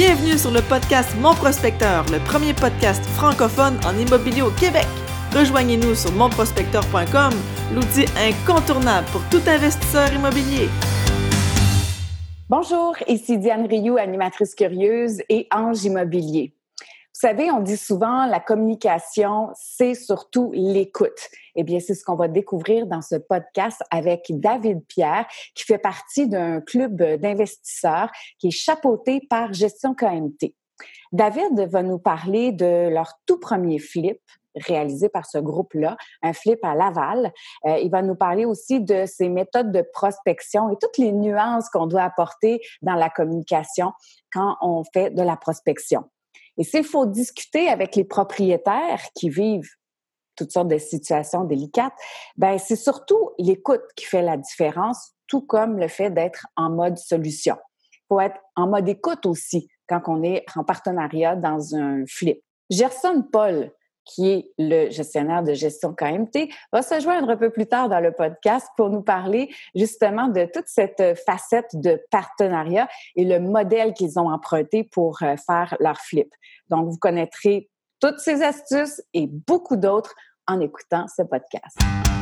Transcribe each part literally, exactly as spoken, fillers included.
Bienvenue sur le podcast Mon Prospecteur, le premier podcast francophone en immobilier au Québec. Rejoignez-nous sur mon prospecteur point com, l'outil incontournable pour tout investisseur immobilier. Bonjour, ici Diane Rioux, animatrice curieuse et ange immobilier. Vous savez, on dit souvent la communication, c'est surtout l'écoute. Eh bien, c'est ce qu'on va découvrir dans ce podcast avec David Pierre, qui fait partie d'un club d'investisseurs qui est chapeauté par Gestion K M T. David va nous parler de leur tout premier flip réalisé par ce groupe-là, un flip à Laval. Euh, il va nous parler aussi de ses méthodes de prospection et toutes les nuances qu'on doit apporter dans la communication quand on fait de la prospection. Et s'il faut discuter avec les propriétaires qui vivent toutes sortes de situations délicates, ben c'est surtout l'écoute qui fait la différence, tout comme le fait d'être en mode solution. Il faut être en mode écoute aussi quand on est en partenariat dans un flip. Gerson Paul, qui est le gestionnaire de Gestion K M T, va se joindre un peu plus tard dans le podcast pour nous parler justement de toute cette facette de partenariat et le modèle qu'ils ont emprunté pour faire leur flip. Donc, vous connaîtrez toutes ces astuces et beaucoup d'autres en écoutant ce podcast.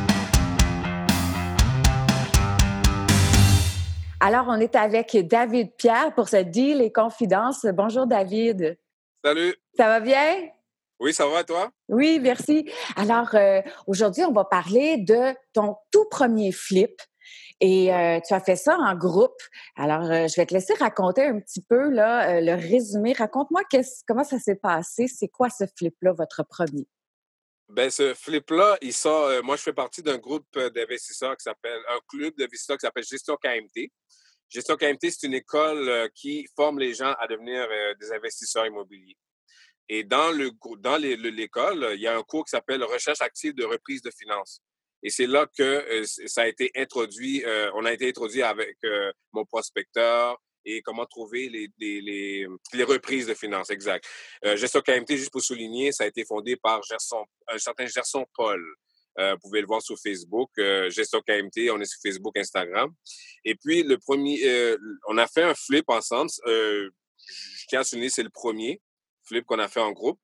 Alors, on est avec David Pierre pour ce Deal et Confidence. Bonjour, David. Salut. Ça va bien? Oui, ça va, toi? Oui, merci. Alors, euh, aujourd'hui, on va parler de ton tout premier flip. Et euh, tu as fait ça en groupe. Alors, euh, je vais te laisser raconter un petit peu là, euh, le résumé. Raconte-moi comment ça s'est passé. C'est quoi ce flip-là, votre premier? Ben, ce flip-là, il sort. Euh, moi, je fais partie d'un groupe d'investisseurs qui s'appelle, un club d'investisseurs qui s'appelle Gestion K M T. Gestion K M T, c'est une école euh, qui forme les gens à devenir euh, des investisseurs immobiliers. Et dans, le, dans les, l'école, il y a un cours qui s'appelle Recherche active de reprise de finances. Et c'est là que euh, ça a été introduit, euh, on a été introduit avec euh, mon prospecteur et comment trouver les, les, les, les reprises de finances, exact. Euh, Gestion K M T, juste pour souligner, ça a été fondé par Gerson, un certain Gerson Paul. Euh, vous pouvez le voir sur Facebook, euh, Gestion K M T, on est sur Facebook, Instagram. Et puis, le premier, euh, on a fait un flip ensemble. Euh, je tiens à souligner, c'est le premier flip qu'on a fait en groupe.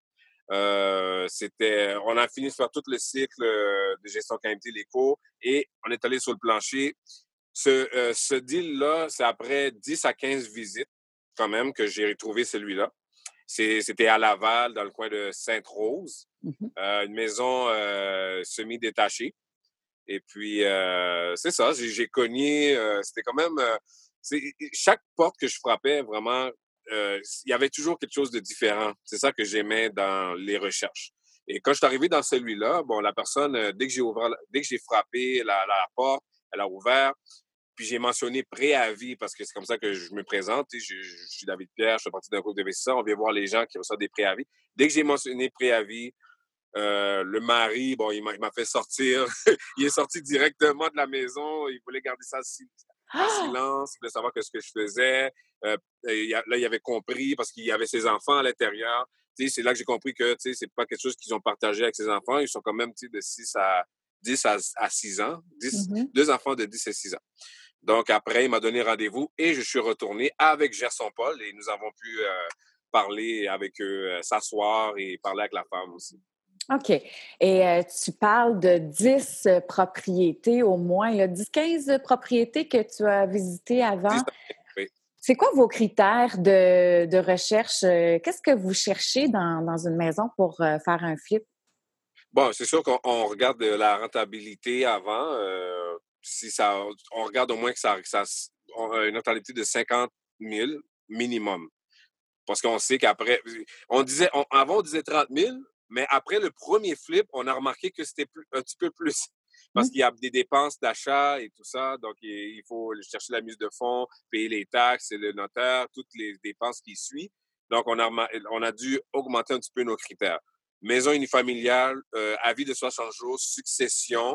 Euh, c'était, on a fini de faire tout le cycle de Gestion K M T, les cours, et on est allé sur le plancher. Ce, euh, ce deal-là, c'est après dix à quinze visites, quand même, que j'ai retrouvé celui-là. C'est, c'était à Laval, dans le coin de Sainte-Rose, mm-hmm. euh, une maison euh, semi-détachée. Et puis, euh, c'est ça, j'ai, j'ai cogné, euh, c'était quand même... Euh, c'est, chaque porte que je frappais, vraiment... Euh, il y avait toujours quelque chose de différent. C'est ça que j'aimais dans les recherches. Et quand je suis arrivé dans celui-là, bon, la personne, euh, dès que j'ai ouvert, dès que j'ai frappé la, la, la porte, elle a ouvert, puis j'ai mentionné préavis parce que c'est comme ça que je me présente. Je, je suis David Pierre, je fais partie d'un groupe d'investisseurs. On vient voir les gens qui reçoivent des préavis. Dès que j'ai mentionné préavis, euh, le mari, bon, il m'a, il m'a fait sortir. Il est sorti directement de la maison. Il voulait garder ça si, en silence. Il voulait savoir ce que je faisais. Euh, là, il avait compris parce qu'il y avait ses enfants à l'intérieur. Tu sais, c'est là que j'ai compris que tu sais, c'est pas quelque chose qu'ils ont partagé avec ses enfants. Ils sont quand même tu sais, de six à dix à six ans. dix, mm-hmm. Deux enfants de dix et six ans. Donc, après, il m'a donné rendez-vous et je suis retourné avec Gerson Paul et nous avons pu euh, parler avec eux, euh, s'asseoir et parler avec la femme aussi. OK. Et euh, tu parles de dix propriétés au moins, là, dix quinze propriétés que tu as visitées avant. dix, oui. C'est quoi vos critères de, de recherche? Qu'est-ce que vous cherchez dans, dans une maison pour euh, faire un flip? Bon, c'est sûr qu'on on regarde la rentabilité avant. Euh, si ça, on regarde au moins que ça, que ça a une rentabilité de cinquante mille minimum. Parce qu'on sait qu'après, on disait, on, avant on disait trente mille, mais après le premier flip, on a remarqué que c'était plus, un petit peu plus. Parce mmh. qu'il y a des dépenses d'achat et tout ça. Donc, il faut chercher la mise de fonds, payer les taxes, le notaire, toutes les dépenses qui suivent. Donc, on a, on a dû augmenter un petit peu nos critères. Maison unifamiliale, euh, avis de soixante jours, succession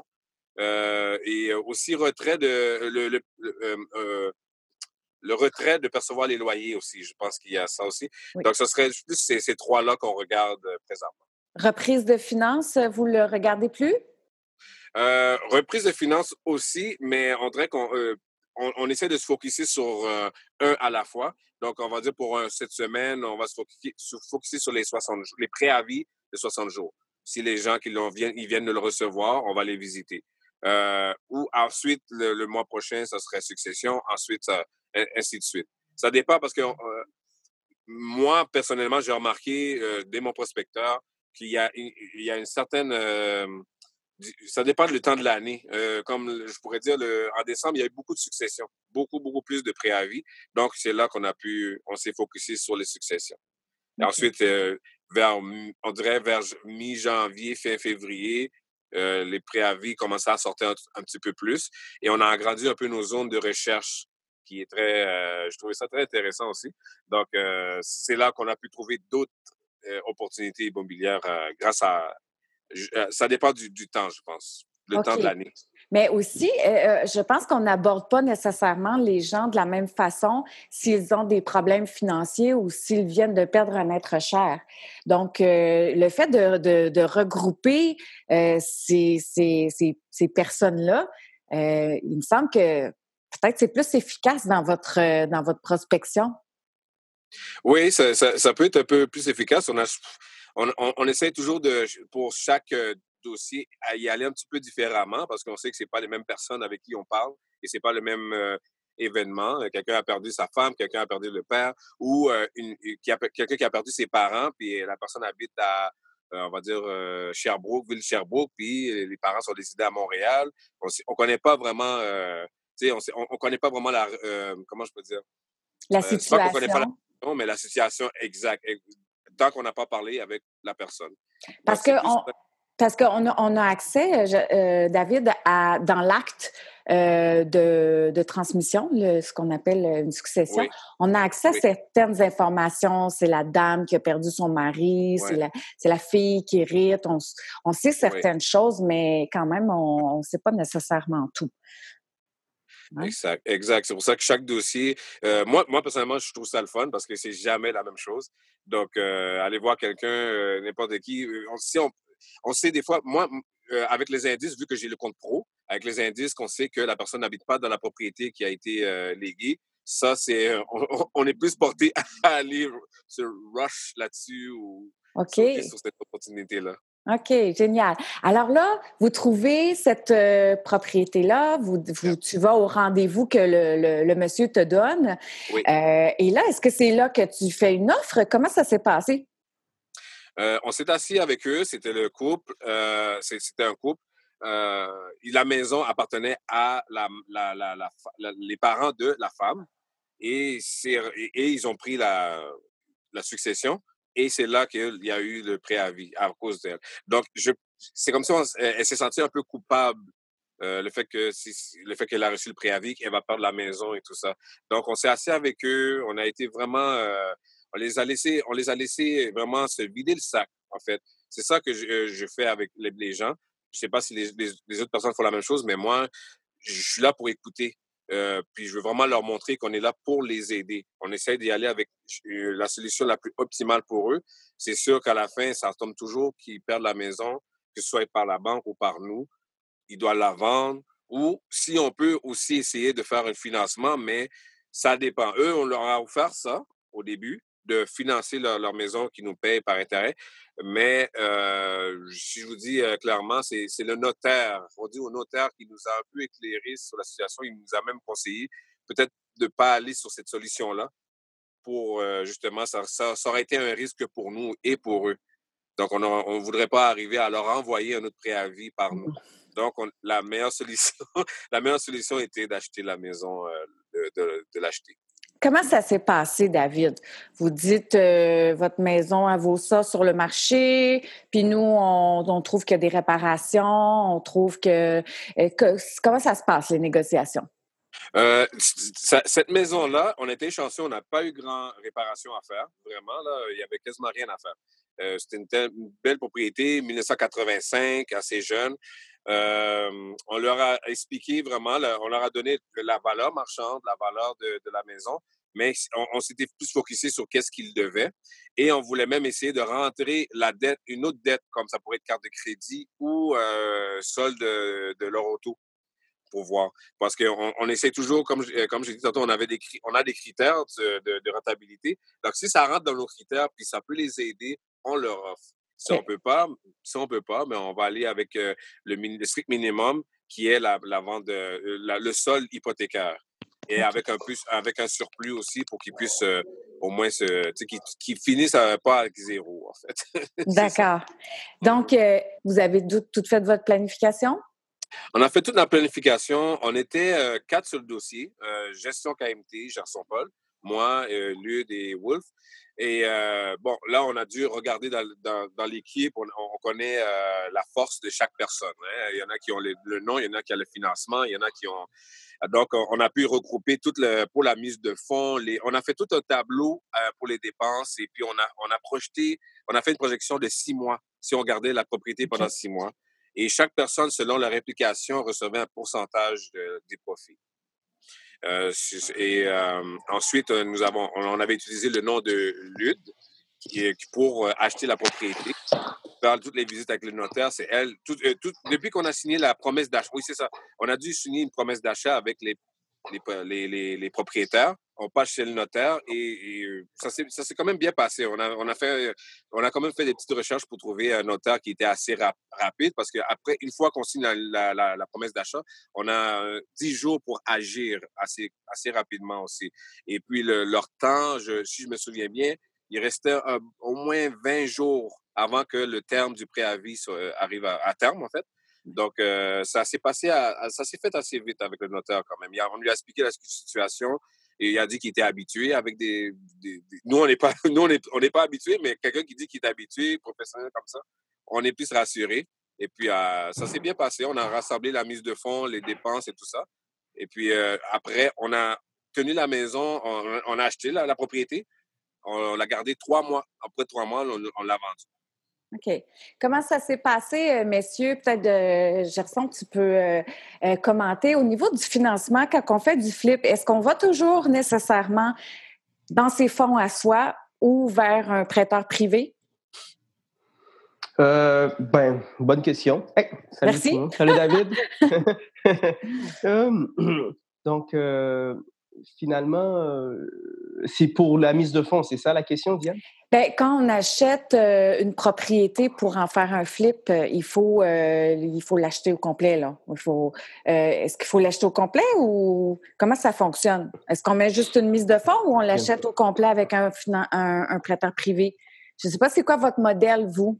euh, et aussi retrait de... Le, le, le, euh, le retrait de percevoir les loyers aussi. Je pense qu'il y a ça aussi. Oui. Donc, ce serait plus ces, ces trois-là qu'on regarde euh, présentement. Reprise de finances, vous le regardez plus? Euh, reprise de finances aussi, mais on dirait qu'on... Euh, on, on essaie de se focuser sur euh, un à la fois. Donc, on va dire pour un, cette semaine, on va se focuser, se focuser sur les soixante jours, les préavis de soixante jours. Si les gens qui l'ont viennent, ils viennent de le recevoir, on va les visiter. Euh, ou ensuite, le, le mois prochain, ça serait succession. Ensuite, ça, ainsi de suite. Ça dépend parce que euh, moi, personnellement, j'ai remarqué euh, dès mon prospecteur qu'il y a, il y a une certaine... Euh, ça dépend du temps de l'année. Euh, comme je pourrais dire, le, en décembre, il y a eu beaucoup de successions, beaucoup, beaucoup plus de préavis. Donc, c'est là qu'on a pu, on s'est focusé sur les successions. Okay. Et ensuite, euh, vers, on dirait vers mi-janvier, fin février, euh, les préavis commençaient à sortir un, un petit peu plus. Et on a agrandi un peu nos zones de recherche, qui est très, euh, je trouvais ça très intéressant aussi. Donc, euh, c'est là qu'on a pu trouver d'autres euh, opportunités immobilières euh, grâce à, euh, ça dépend du, du temps, je pense, le okay. temps de l'année. Mais aussi, euh, je pense qu'on n'aborde pas nécessairement les gens de la même façon s'ils ont des problèmes financiers ou s'ils viennent de perdre un être cher. Donc, euh, le fait de, de, de regrouper euh, ces, ces, ces, ces personnes-là, euh, il me semble que peut-être c'est plus efficace dans votre, euh, dans votre prospection. Oui, ça, ça, ça peut être un peu plus efficace. On, a, on, on, on essaie toujours de, pour chaque dossier, à y aller un petit peu différemment parce qu'on sait que c'est pas les mêmes personnes avec qui on parle et c'est pas le même euh, événement. Quelqu'un a perdu sa femme, quelqu'un a perdu le père ou euh, une, qui a, quelqu'un qui a perdu ses parents puis la personne habite à, euh, on va dire, euh, Sherbrooke, ville Sherbrooke, puis les parents sont décédés à Montréal. On ne connaît pas vraiment, euh, tu sais, on, on, on connaît pas vraiment la, euh, comment je peux dire? La situation. Euh, c'est pas qu'on connaît pas la situation, mais la situation exacte, tant qu'on n'a pas parlé avec la personne. Parce Donc, que on... Parce qu'on a, on a accès, je, euh, David, à, dans l'acte euh, de, de transmission, le, ce qu'on appelle une succession, oui. on a accès oui. à certaines informations. C'est la dame qui a perdu son mari, oui. c'est, la, c'est la fille qui hérite. On, on sait certaines oui. choses, mais quand même, on ne sait pas nécessairement tout. Hein? Exact, exact. C'est pour ça que chaque dossier, euh, moi, moi, personnellement, je trouve ça le fun parce que c'est jamais la même chose. Donc, euh, aller voir quelqu'un, euh, n'importe qui, on, si on On sait des fois, moi, euh, avec les indices, vu que j'ai le compte pro, avec les indices qu'on sait que la personne n'habite pas dans la propriété qui a été euh, léguée, ça, c'est, on, on est plus porté à aller se rush là-dessus ou okay. sur cette opportunité-là. OK, génial. Alors là, vous trouvez cette euh, propriété-là, vous, vous, tu vas au rendez-vous que le, le, le monsieur te donne. Oui. Euh, et là, est-ce que c'est là que tu fais une offre? Comment ça s'est passé? Euh, on s'est assis avec eux, c'était le couple, euh, c'était un couple. Euh, la maison appartenait à la, la, la, la, la, les parents de la femme et, c'est, et, et ils ont pris la, la succession et c'est là qu'il y a eu le préavis à cause d'elle. Donc, je, c'est comme si on, elle, elle s'est sentie un peu coupable. Euh, le fait que si, le fait qu'elle a reçu le préavis, qu'elle va perdre la maison et tout ça. Donc, on s'est assis avec eux, on a été vraiment... Euh, On les a laissés, on les a laissés vraiment se vider le sac, en fait. C'est ça que je, je fais avec les, les gens. Je sais pas si les, les, les autres personnes font la même chose, mais moi, je suis là pour écouter. Euh, puis je veux vraiment leur montrer qu'on est là pour les aider. On essaie d'y aller avec la solution la plus optimale pour eux. C'est sûr qu'à la fin, ça tombe toujours qu'ils perdent la maison, que ce soit par la banque ou par nous. Ils doivent la vendre. Ou si on peut aussi essayer de faire un financement, mais ça dépend. Eux, on leur a offert ça au début, de financer leur, leur maison qui nous paye par intérêt. Mais euh, si je vous dis euh, clairement, c'est, c'est le notaire. On dit au notaire qui nous a un peu éclairé sur la situation. Il nous a même conseillé peut-être de ne pas aller sur cette solution-là pour euh, justement, ça, ça, ça aurait été un risque pour nous et pour eux. Donc, on ne voudrait pas arriver à leur envoyer un autre préavis par nous. Donc, on, la meilleure solution, la meilleure solution était d'acheter la maison, euh, de, de, de l'acheter. Comment ça s'est passé, David? Vous dites euh, votre maison, elle vaut ça sur le marché, puis nous, on, on trouve qu'il y a des réparations, on trouve que, euh, que... Comment ça se passe, les négociations? Euh, ça, cette maison-là, on était chanceux, on n'a pas eu grand réparation à faire, vraiment, là, il y avait quasiment rien à faire. Euh, c'était une, telle, une belle propriété, dix-neuf cent quatre-vingt-cinq, assez jeune. Euh, on leur a expliqué vraiment, là, on leur a donné la valeur marchande, la valeur de, de la maison, mais on, on s'était plus focusé sur qu'est-ce qu'ils devaient et on voulait même essayer de rentrer la dette, une autre dette, comme ça pourrait être carte de crédit ou euh, solde de, de leur auto, pour voir. Parce qu'on on essaie toujours, comme, comme j'ai dit tantôt, on, avait des, on a des critères de, de, de rentabilité. Donc, si ça rentre dans nos critères puis ça peut les aider, on leur offre. Si on peut pas, si on peut pas, mais on va aller avec euh, le, le strict minimum qui est la, la vente de la, le sol hypothécaire. Et avec un plus, avec un surplus aussi pour qu'ils puissent euh, au moins se, tu sais, qu'ils, qu'ils finissent à, pas avec zéro, en fait. D'accord. Donc, euh, vous avez tout, tout fait votre planification? On a fait toute la planification. On était euh, quatre sur le dossier. Euh, gestion K M T, Gerson-Paul, moi, euh, Lude et Wolf. Et euh, bon, là, on a dû regarder dans, dans, dans l'équipe. On, on connaît euh, la force de chaque personne. Hein. Il y en a qui ont le, le nom, il y en a qui ont le financement, il y en a qui ont... Donc, on a pu regrouper tout le, pour la mise de fonds. Les, on a fait tout un tableau euh, pour les dépenses et puis on a, on a projeté, on a fait une projection de six mois si on gardait la propriété pendant six mois. Et chaque personne, selon leur implication, recevait un pourcentage de, des profits. Euh, et euh, ensuite, nous avons, on avait utilisé le nom de Lude qui, pour acheter la propriété. Faire toutes les visites avec le notaire, c'est elle. Tout, euh, tout, depuis qu'on a signé la promesse d'achat, oui, c'est ça. On a dû signer une promesse d'achat avec les, les, les, les, les propriétaires. On passe chez le notaire et, et ça, s'est, ça s'est quand même bien passé. On a, on, a fait, on a quand même fait des petites recherches pour trouver un notaire qui était assez rap, rapide parce qu'après, une fois qu'on signe la, la, la, la promesse d'achat, on a dix jours pour agir assez, assez rapidement aussi. Et puis, le, leur temps, je, si je me souviens bien, il restait un, au moins vingt jours avant que le terme du préavis soit, arrive à, à terme, en fait. Donc, euh, ça s'est passé, à, à, ça s'est fait assez vite avec le notaire quand même. Il a, on lui a expliqué la situation et il a dit qu'il était habitué avec des... des, des nous, on n'est pas, nous, on n'est on n'est pas habitués, mais quelqu'un qui dit qu'il est habitué, professionnel comme ça, on est plus rassuré. Et puis, euh, ça s'est bien passé. On a rassemblé la mise de fonds, les dépenses et tout ça. Et puis, euh, après, on a tenu la maison, on, on a acheté la, la propriété. On l'a gardé trois mois. Après trois mois, on, on l'a vendu. OK. Comment ça s'est passé, messieurs? Peut-être, euh, Gerson, tu peux euh, euh, commenter. Au niveau du financement, quand on fait du flip, est-ce qu'on va toujours nécessairement dans ses fonds à soi ou vers un prêteur privé? Euh, ben, bonne question. Hey, salut Merci. tout le monde. Salut David. euh, donc, euh, finalement, euh, c'est pour la mise de fonds, c'est ça la question, Diane? Bien, quand on achète euh, une propriété pour en faire un flip, euh, il faut euh, il faut l'acheter au complet, là. Il faut, euh, est-ce qu'il faut l'acheter au complet ou comment ça fonctionne? Est-ce qu'on met juste une mise de fonds ou on l'achète au complet avec un, un, un prêteur privé? Je ne sais pas, c'est quoi votre modèle, vous?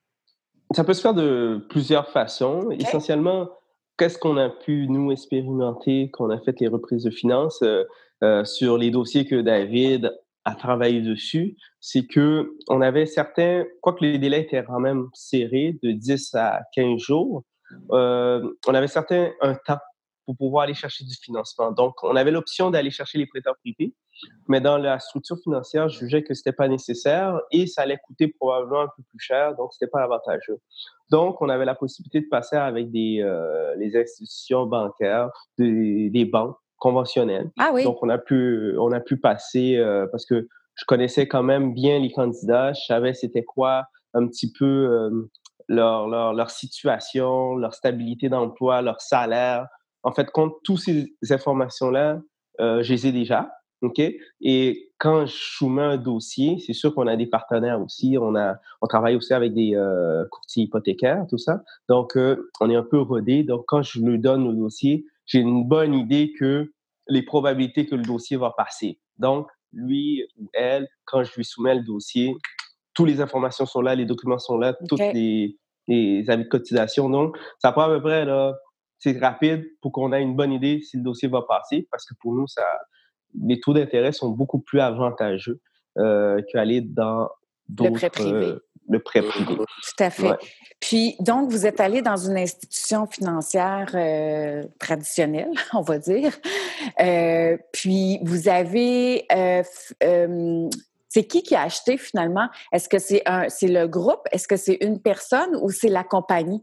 Ça peut se faire de plusieurs façons. Okay. Essentiellement, qu'est-ce qu'on a pu, nous, expérimenter quand on a fait les reprises de finances euh, euh, sur les dossiers que David a travaillé dessus, c'est que on avait certains, quoique les délais étaient quand même serrés, de dix à quinze jours, euh, on avait certains un temps pour pouvoir aller chercher du financement. Donc, on avait l'option d'aller chercher les prêteurs privés, mais dans la structure financière, je jugeais que c'était pas nécessaire et ça allait coûter probablement un peu plus cher, donc c'était pas avantageux. Donc, on avait la possibilité de passer avec des euh, les institutions bancaires, des, des banques conventionnelles. Ah oui. Donc, on a pu on a pu passer euh, parce que je connaissais quand même bien les candidats, je savais c'était quoi un petit peu euh, leur leur leur situation, leur stabilité d'emploi, leur salaire. En fait, compte toutes ces informations-là, euh, je les ai déjà. OK? Et quand je soumets un dossier, c'est sûr qu'on a des partenaires aussi. On a, on travaille aussi avec des euh, courtiers hypothécaires, tout ça. Donc, euh, on est un peu rodé. Donc, quand je lui donne le dossier, j'ai une bonne idée que les probabilités que le dossier va passer. Donc, lui ou elle, quand je lui soumets le dossier, toutes les informations sont là, les documents sont là, okay. toutes les, les avis de cotisation. Donc, ça prend à peu près, là, c'est rapide pour qu'on ait une bonne idée si le dossier va passer, parce que pour nous, ça, les taux d'intérêt sont beaucoup plus avantageux euh, qu'aller dans d'autres... Le prêt privé. Euh, le prêt privé. Tout à fait. Ouais. Puis, donc, vous êtes allé dans une institution financière euh, traditionnelle, on va dire. Euh, puis, vous avez... Euh, euh, c'est qui qui a acheté finalement? Est-ce que c'est, un, c'est le groupe? Est-ce que c'est une personne ou c'est la compagnie?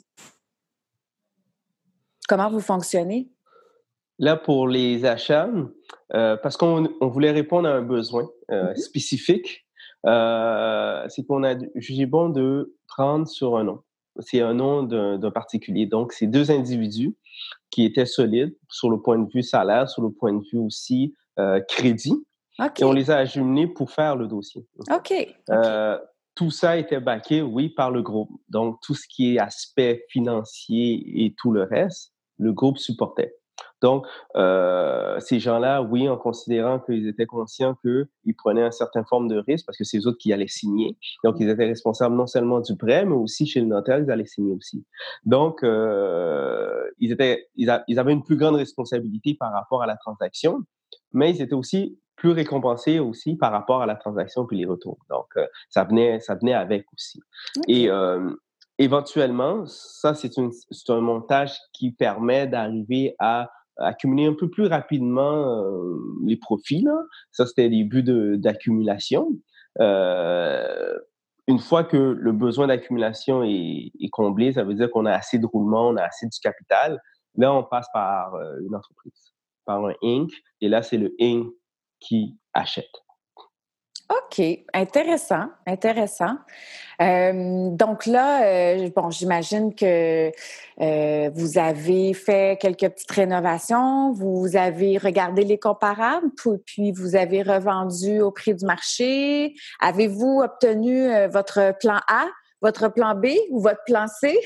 Comment vous fonctionnez? Là, pour les achats, euh, parce qu'on on voulait répondre à un besoin euh, mm-hmm. spécifique, euh, c'est qu'on a jugé bon de prendre sur un nom. C'est un nom d'un, d'un particulier. Donc, c'est deux individus qui était solide sur le point de vue salaire, sur le point de vue aussi euh, crédit. OK. Et on les a ajumenés pour faire le dossier. OK. okay. Euh, tout ça était backé, oui, par le groupe. Donc, tout ce qui est aspect financier et tout le reste, le groupe supportait. Donc, euh, ces gens-là, oui, en considérant qu'ils étaient conscients qu'ils prenaient une certaine forme de risque parce que c'est eux autres qui allaient signer. Donc, ils étaient responsables non seulement du prêt, mais aussi chez le notaire, ils allaient signer aussi. Donc, euh, ils, étaient, ils, a, ils avaient une plus grande responsabilité par rapport à la transaction, mais ils étaient aussi plus récompensés aussi par rapport à la transaction puis les retours. Donc, euh, ça venait, ça venait avec aussi. Okay. Et euh, éventuellement, ça, c'est, une, c'est un montage qui permet d'arriver à accumuler un peu plus rapidement euh, les profits. Là. Ça, c'était les buts de, d'accumulation. Euh, une fois que le besoin d'accumulation est, est comblé, ça veut dire qu'on a assez de roulement, on a assez du capital. Là, on passe par euh, une entreprise, par un Inc. Et là, c'est le Inc qui achète. OK, intéressant, intéressant. Euh, donc là, euh, bon, j'imagine que euh, vous avez fait quelques petites rénovations, vous avez regardé les comparables, puis vous avez revendu au prix du marché. Avez-vous obtenu euh, votre plan A, votre plan B ou votre plan C?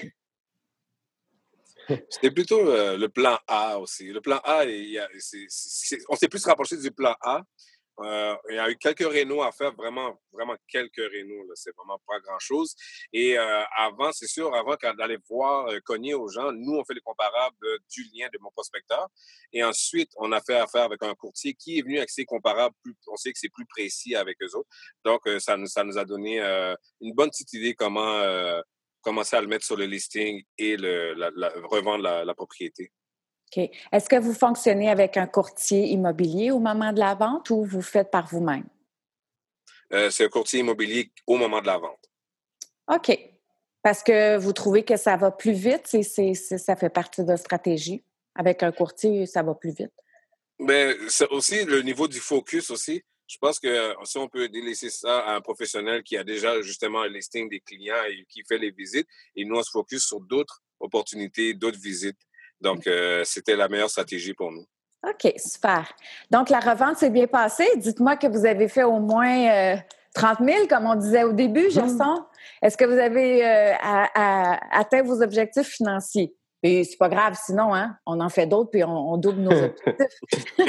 C'était plutôt euh, le plan A aussi. Le plan A, il y a, c'est, c'est, on s'est plus rapproché du plan A. Euh, il y a eu quelques rénaux à faire, vraiment, vraiment quelques rénaux. Là, c'est vraiment pas grand-chose. Et euh, avant, c'est sûr, avant d'aller voir, euh, cogner aux gens, nous, on fait les comparables euh, du lien de mon prospecteur. Et ensuite, on a fait affaire avec un courtier qui est venu avec ses comparables. Plus, on sait que c'est plus précis avec eux autres. Donc, euh, ça, ça nous a donné euh, une bonne petite idée comment euh, commencer à le mettre sur le listing et le, la, la, revendre la, la propriété. OK. Est-ce que vous fonctionnez avec un courtier immobilier au moment de la vente ou vous faites par vous-même? Euh, c'est un courtier immobilier au moment de la vente. OK. Parce que vous trouvez que ça va plus vite, c'est, c'est, c'est, ça fait partie de votre stratégie. Avec un courtier, ça va plus vite. Mais c'est aussi le niveau du focus aussi. Je pense que si on peut délaisser ça à un professionnel qui a déjà justement un listing des clients et qui fait les visites, et nous, on se focus sur d'autres opportunités, d'autres visites. Donc, euh, c'était la meilleure stratégie pour nous. OK, super. Donc, la revente s'est bien passée. Dites-moi que vous avez fait au moins euh, trente mille, comme on disait au début, Gerson. Mmh. Est-ce que vous avez euh, à, à, atteint vos objectifs financiers? Et c'est pas grave, sinon, hein, on en fait d'autres puis on, on double nos objectifs.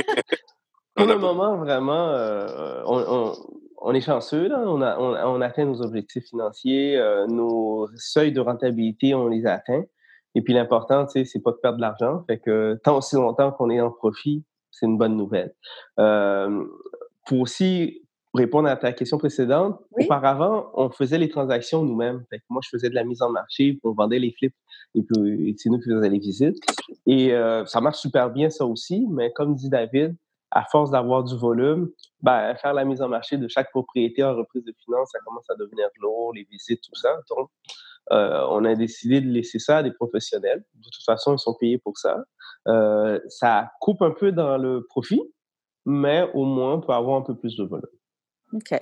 Pour le moment, vraiment, euh, on, on, on est chanceux. Là. On, a, on, on atteint nos objectifs financiers. Euh, nos seuils de rentabilité, on les a atteints. Et puis, l'important, tu sais, c'est pas de perdre de l'argent. Fait que tant aussi longtemps qu'on est en profit, c'est une bonne nouvelle. Euh, pour aussi répondre à ta question précédente, oui. Auparavant, on faisait les transactions nous-mêmes. Fait que moi, je faisais de la mise en marché, on vendait les flips et puis et c'est nous qui faisions les visites. Et euh, ça marche super bien, ça aussi. Mais comme dit David, à force d'avoir du volume, ben, faire la mise en marché de chaque propriété en reprise de finances, ça commence à devenir lourd, les visites, tout ça. Donc, Euh, on a décidé de laisser ça à des professionnels. De toute façon, ils sont payés pour ça. Euh, ça coupe un peu dans le profit, mais au moins, on peut avoir un peu plus de volume. OK.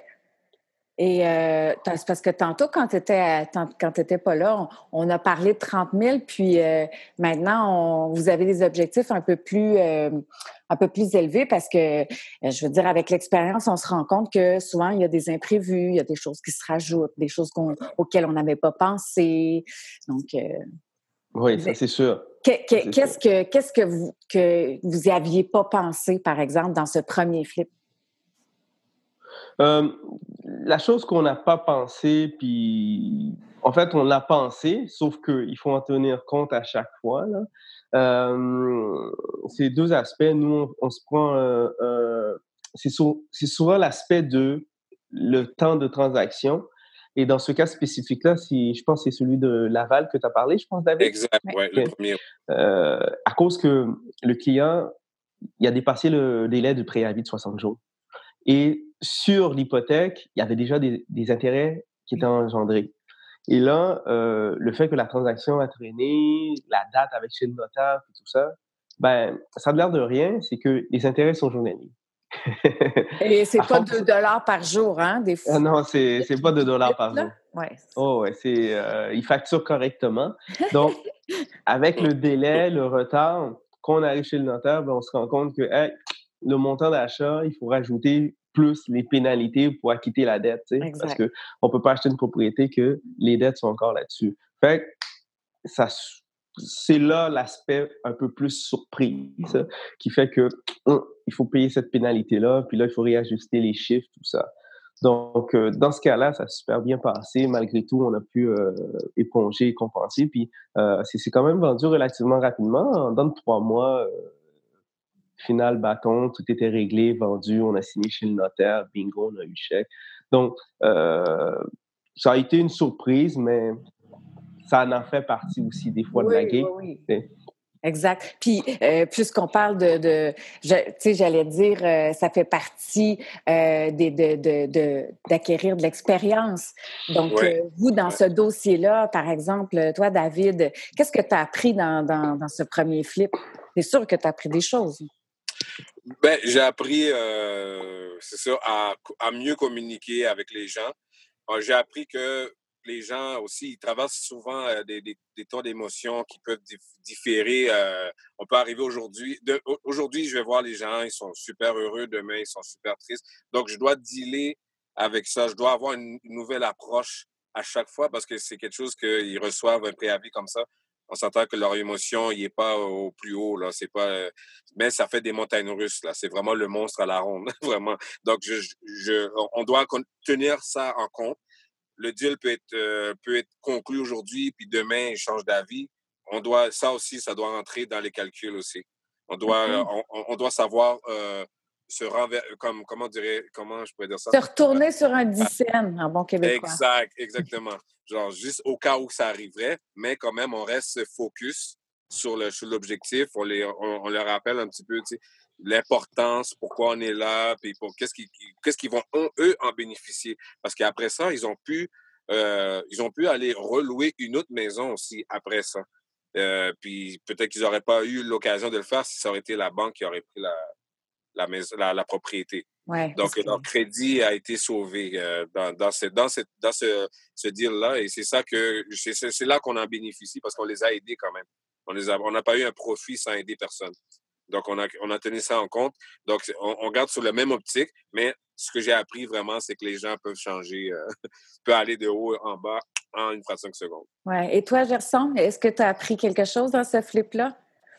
Et euh, c'est parce que tantôt, quand tu n'étais pas là, on, on a parlé de trente mille, puis euh, maintenant, on, vous avez des objectifs un peu plus euh, un peu plus élevés parce que, je veux dire, avec l'expérience, on se rend compte que souvent, il y a des imprévus, il y a des choses qui se rajoutent, des choses qu'on, auxquelles on n'avait pas pensé. Donc, euh, oui, ça, c'est sûr. Que, que, c'est qu'est-ce, sûr. Que, qu'est-ce que vous que vous aviez pas pensé, par exemple, dans ce premier flip? Euh, la chose qu'on n'a pas pensé, puis en fait, on l'a pensé, sauf qu'il faut en tenir compte à chaque fois. Là. Euh, c'est deux aspects. Nous, on, on se prend... Euh, euh, c'est, sou- c'est souvent l'aspect de le temps de transaction. Et dans ce cas spécifique-là, si, je pense que c'est celui de Laval que tu as parlé, je pense, David? Exact, oui, ouais, le premier. Euh, à cause que le client, il a dépassé le délai du préavis de soixante jours. Et sur l'hypothèque, il y avait déjà des, des intérêts qui étaient engendrés. Et là, euh, le fait que la transaction a traîné, la date avec chez le notaire et tout ça, ben, ça a l'air de rien, c'est que les intérêts sont journaliers. Et c'est pas deux dollars par jour, hein, des fois. Ah non, c'est, c'est pas deux dollars par jour. Ouais. Oh, ouais, c'est, euh, ils facturent correctement. Donc, avec le délai, le retard, quand on arrive chez le notaire, ben, on se rend compte que hey, le montant d'achat, il faut rajouter plus les pénalités pour acquitter la dette, tu sais, parce Exact. qu'on ne peut pas acheter une propriété que les dettes sont encore là-dessus. Fait que ça, c'est là l'aspect un peu plus surprise qui fait que hum, il faut payer cette pénalité-là, puis là, il faut réajuster les chiffres, tout ça. Donc, euh, dans ce cas-là, ça a super bien passé. Malgré tout, on a pu euh, éponger et compenser. Puis, euh, c'est, c'est quand même vendu relativement rapidement. Dans trois mois, euh, final bâton, tout était réglé, vendu, on a signé chez le notaire, bingo, on a eu le chèque. Donc, euh, ça a été une surprise, mais ça en fait partie aussi des fois oui, de la game. Oui, oui. Exact. Puis, euh, puisqu'on parle de, de tu sais, j'allais dire, euh, ça fait partie euh, des, de, de, de, d'acquérir de l'expérience. Donc, ouais. euh, vous, dans ouais. ce dossier-là, par exemple, toi, David, qu'est-ce que tu as appris dans, dans, dans ce premier flip? C'est sûr que tu as appris des choses. Ben, j'ai appris, euh, c'est ça, à, à mieux communiquer avec les gens. Alors, j'ai appris que les gens aussi, ils traversent souvent euh, des, des, des tons d'émotions qui peuvent différer. Euh, on peut arriver aujourd'hui. De, aujourd'hui, je vais voir les gens, ils sont super heureux. Demain, ils sont super tristes. Donc, je dois dealer avec ça. Je dois avoir une, une nouvelle approche à chaque fois parce que c'est quelque chose qu'ils reçoivent un préavis comme ça. On s'entend que leur émotion, il n'est pas au plus haut, là. C'est pas, euh, mais ça fait des montagnes russes, là. C'est vraiment le monstre à la ronde, vraiment. Donc, je, je, on doit tenir ça en compte. Le deal peut être, euh, peut être conclu aujourd'hui, puis demain, il change d'avis. On doit, ça aussi, ça doit rentrer dans les calculs aussi. On doit, okay. on, on doit savoir euh, se renverser, comme, comment dirais, comment je pourrais dire ça? Se retourner euh, sur un dixaine, en bon québécois. Exact, exactement. Genre, juste au cas où ça arriverait, mais quand même, on reste focus sur, le, sur l'objectif. On, les, on, on leur rappelle un petit peu, tu sais, l'importance, pourquoi on est là, puis pour qu'est-ce qu'ils, qu'est-ce qu'ils vont, eux, en bénéficier. Parce qu'après ça, ils ont pu, euh, ils ont pu aller relouer une autre maison aussi après ça. Euh, puis peut-être qu'ils n'auraient pas eu l'occasion de le faire si ça aurait été la banque qui aurait pris la, la, maison, la, la propriété. Ouais, donc, que... leur crédit a été sauvé euh, dans, dans, ce, dans, ce, dans ce, ce deal-là. Et c'est ça que c'est, c'est là qu'on en bénéficie parce qu'on les a aidés quand même. On les a, on n'a pas eu un profit sans aider personne. Donc, on a, on a tenu ça en compte. Donc, on, on garde sur la même optique, mais ce que j'ai appris vraiment, c'est que les gens peuvent changer, euh, peuvent aller de haut en bas en une fraction de seconde. Ouais. Et toi, Gerson, est-ce que tu as appris quelque chose dans ce flip-là?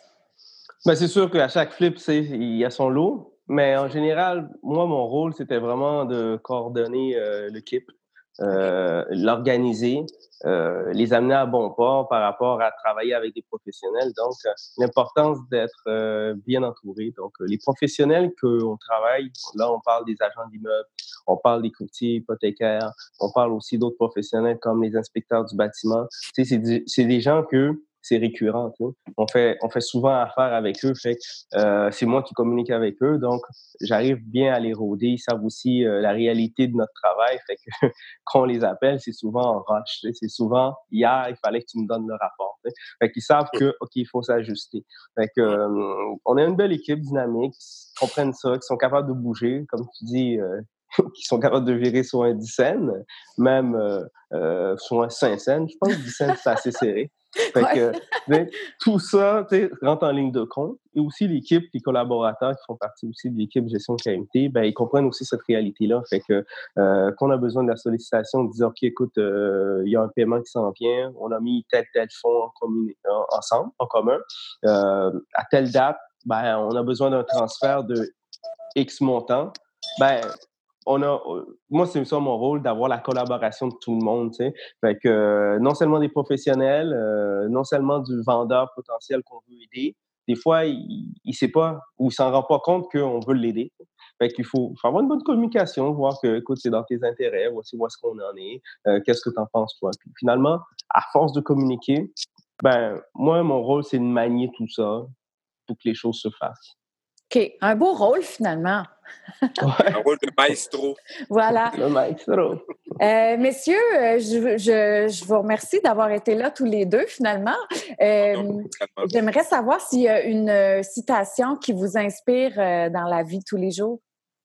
Ben, c'est sûr qu'à chaque flip, c'est, il y a son lot. Mais en général, moi, mon rôle, c'était vraiment de coordonner euh, l'équipe, euh, l'organiser, euh, les amener à bon port par rapport à travailler avec des professionnels. Donc, euh, l'importance d'être euh, bien entouré. Donc, euh, les professionnels qu'on travaille, là, on parle des agents d'immeubles, on parle des courtiers hypothécaires, on parle aussi d'autres professionnels comme les inspecteurs du bâtiment. Tu sais, c'est, du, c'est des gens que c'est récurrent. Tu sais. On fait, on fait souvent affaire avec eux. Fait euh, c'est moi qui communique avec eux. Donc, j'arrive bien à les rôder. Ils savent aussi euh, la réalité de notre travail. Fait que quand on les appelle, c'est souvent en rush. Tu sais. C'est souvent, hier, il fallait que tu me donnes le rapport. Tu sais. Fait qu'ils savent que, OK, il faut s'ajuster. Fait que, euh, on a une belle équipe dynamique qui comprennent ça, qui sont capables de bouger. Comme tu dis, euh, qui sont capables de virer sur un dix cents, même euh, euh, sur un cinq cents. Je pense que dix cents, c'est assez serré. Fait que, ouais. Tout ça rentre en ligne de compte. Et aussi, l'équipe, les collaborateurs qui font partie aussi de l'équipe gestion K M T, ben, ils comprennent aussi cette réalité-là. Fait que, euh, quand on a besoin de la sollicitation, de dire, OK, écoute, il euh, y a un paiement qui s'en vient, on a mis tel, tel fonds en commun, en, ensemble, en commun. Euh, à telle date, ben, on a besoin d'un transfert de X montant. Ben, on a, moi, c'est ça mon rôle, d'avoir la collaboration de tout le monde, tu sais. Fait que, euh, non seulement des professionnels, euh, non seulement du vendeur potentiel qu'on veut aider, des fois, il ne sait pas ou il s'en rend pas compte qu'on veut l'aider. Fait qu'il faut, faut avoir une bonne communication, voir que, écoute, c'est dans tes intérêts, voici où est-ce qu'on en est, euh, qu'est-ce que tu en penses, toi. Puis finalement, à force de communiquer, ben, moi, mon rôle, c'est de manier tout ça pour que les choses se fassent. OK. Un beau rôle, finalement. Ouais. Un rôle de maestro. Voilà. Le maestro. Euh, messieurs, je, je, je vous remercie d'avoir été là tous les deux, finalement. Euh, j'aimerais savoir s'il y a une citation qui vous inspire dans la vie de tous les jours.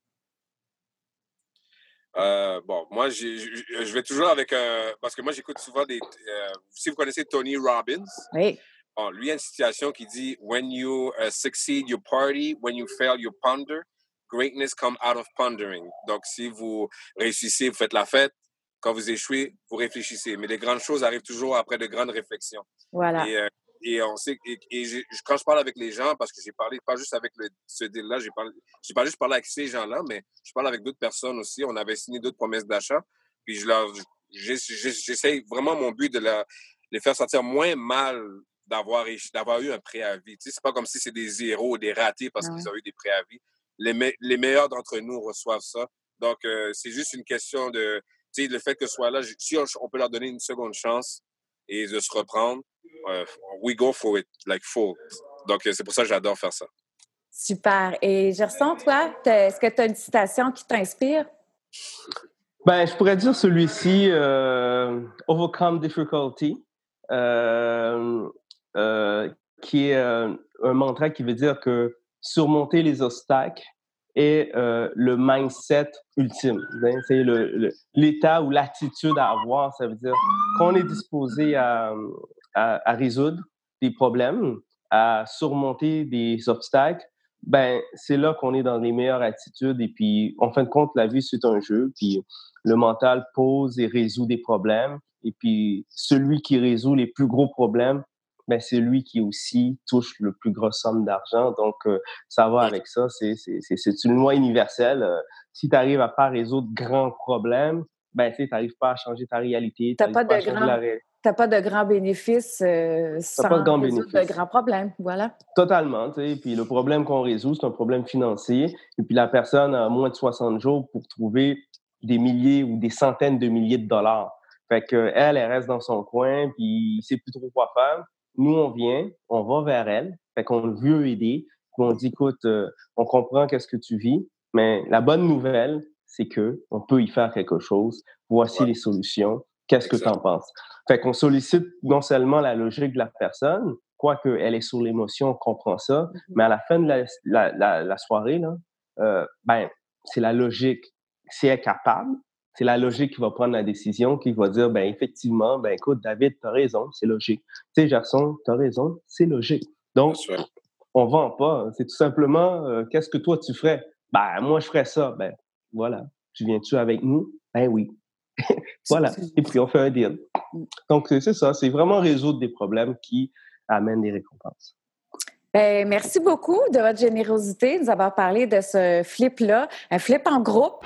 Euh, bon, moi, j'ai, je vais toujours avec un... Parce que moi, j'écoute souvent des... Euh, si vous connaissez Tony Robbins, oui. Bon, lui, il y a une citation qui dit « When you uh, succeed, you party. When you fail, you ponder. Greatness comes out of pondering. » Donc, si vous réussissez, vous faites la fête. Quand vous échouez, vous réfléchissez. Mais les grandes choses arrivent toujours après de grandes réflexions. Voilà. Et, euh, et on sait, et, et j'ai, quand je parle avec les gens, parce que j'ai parlé pas juste avec le, ce deal-là, j'ai parlé, j'ai pas juste parlé avec ces gens-là, mais je parle avec d'autres personnes aussi. On avait signé d'autres promesses d'achat. Puis je leur, j'essaie vraiment mon but de la, les faire sentir moins mal d'avoir, d'avoir eu un préavis. Tu sais, c'est pas comme si c'est des zéros ou des ratés parce ouais. qu'ils ont eu des préavis. Les, me, les meilleurs d'entre nous reçoivent ça. Donc, euh, c'est juste une question de, tu sais, le fait que ce soit là, si on, on peut leur donner une seconde chance et de se reprendre, uh, we go for it, like full. Donc, c'est pour ça que j'adore faire ça. Super. Et Gerson, toi, est-ce que tu as une citation qui t'inspire? Ben, je pourrais dire celui-ci, euh, Overcome Difficulty, euh, euh, qui est euh, un mantra qui veut dire que surmonter les obstacles est euh, le mindset ultime. Hein? C'est le, le, l'état ou l'attitude à avoir. Ça veut dire qu'on est disposé à, à, à résoudre des problèmes, à surmonter des obstacles. Ben, c'est là qu'on est dans les meilleures attitudes. Et puis, en fin de compte, la vie, c'est un jeu. Puis, le mental pose et résout des problèmes. Et puis, celui qui résout les plus gros problèmes, ben, c'est lui qui aussi touche le plus gros somme d'argent. Donc, euh, ça va avec ça. C'est, c'est, c'est, c'est une loi universelle. Euh, si tu arrives à pas résoudre grands problèmes, ben, tu sais, n'arrives pas à changer ta réalité. Tu n'as pas, pas, grand... pas de grands bénéfices euh, sans pas de grands résoudre bénéfices. De grands problèmes. Voilà. Totalement. Tu sais. Puis le problème qu'on résout, c'est un problème financier. Et puis la personne a moins de soixante jours pour trouver des milliers ou des centaines de milliers de dollars. Fait qu'elle, elle reste dans son coin, puis il sait plus trop quoi faire. Nous, on vient, on va vers elle, fait qu'on veut aider, puis on dit, écoute, euh, on comprend qu'est-ce que tu vis, mais la bonne nouvelle, c'est que on peut y faire quelque chose. Voici ouais. les solutions. Qu'est-ce que tu en penses? Fait qu'on sollicite non seulement la logique de la personne, quoique elle est sur l'émotion, on comprend ça, mm-hmm. mais à la fin de la, la, la, la soirée, là, euh, ben, c'est la logique. Si elle est capable, c'est la logique qui va prendre la décision, qui va dire, ben effectivement, ben écoute, David, t'as raison, c'est logique. Tu sais, Gerson, t'as raison, c'est logique. Donc, on vend pas. C'est tout simplement, euh, qu'est-ce que toi tu ferais? Ben, moi, je ferais ça. Ben, voilà. Tu viens-tu avec nous? Ben oui. Voilà. Et puis, on fait un deal. Donc, c'est ça. C'est vraiment résoudre des problèmes qui amènent des récompenses. Ben, merci beaucoup de votre générosité de nous avoir parlé de ce flip-là, un flip en groupe.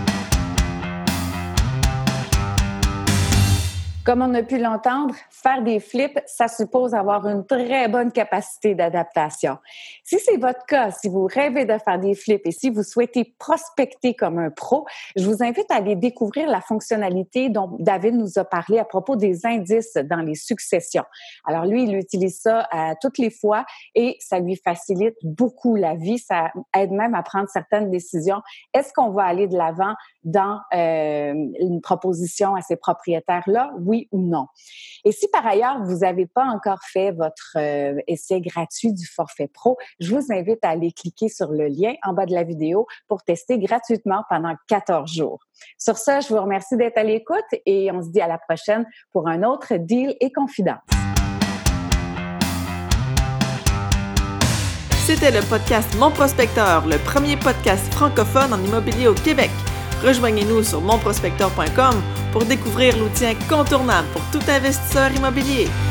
Comme on a pu l'entendre, faire des flips, ça suppose avoir une très bonne capacité d'adaptation. Si c'est votre cas, si vous rêvez de faire des flips et si vous souhaitez prospecter comme un pro, je vous invite à aller découvrir la fonctionnalité dont David nous a parlé à propos des indices dans les successions. Alors lui, il utilise ça à toutes les fois et ça lui facilite beaucoup la vie. Ça aide même à prendre certaines décisions. Est-ce qu'on va aller de l'avant dans euh, une proposition à ces propriétaires-là? Oui ou non. Et si par ailleurs, vous n'avez pas encore fait votre euh, essai gratuit du forfait pro, je vous invite à aller cliquer sur le lien en bas de la vidéo pour tester gratuitement pendant quatorze jours. Sur ce, je vous remercie d'être à l'écoute et on se dit à la prochaine pour un autre Deal et Confidence. C'était le podcast Mon Prospecteur, le premier podcast francophone en immobilier au Québec. Rejoignez-nous sur mon prospecteur point com pour découvrir l'outil incontournable pour tout investisseur immobilier.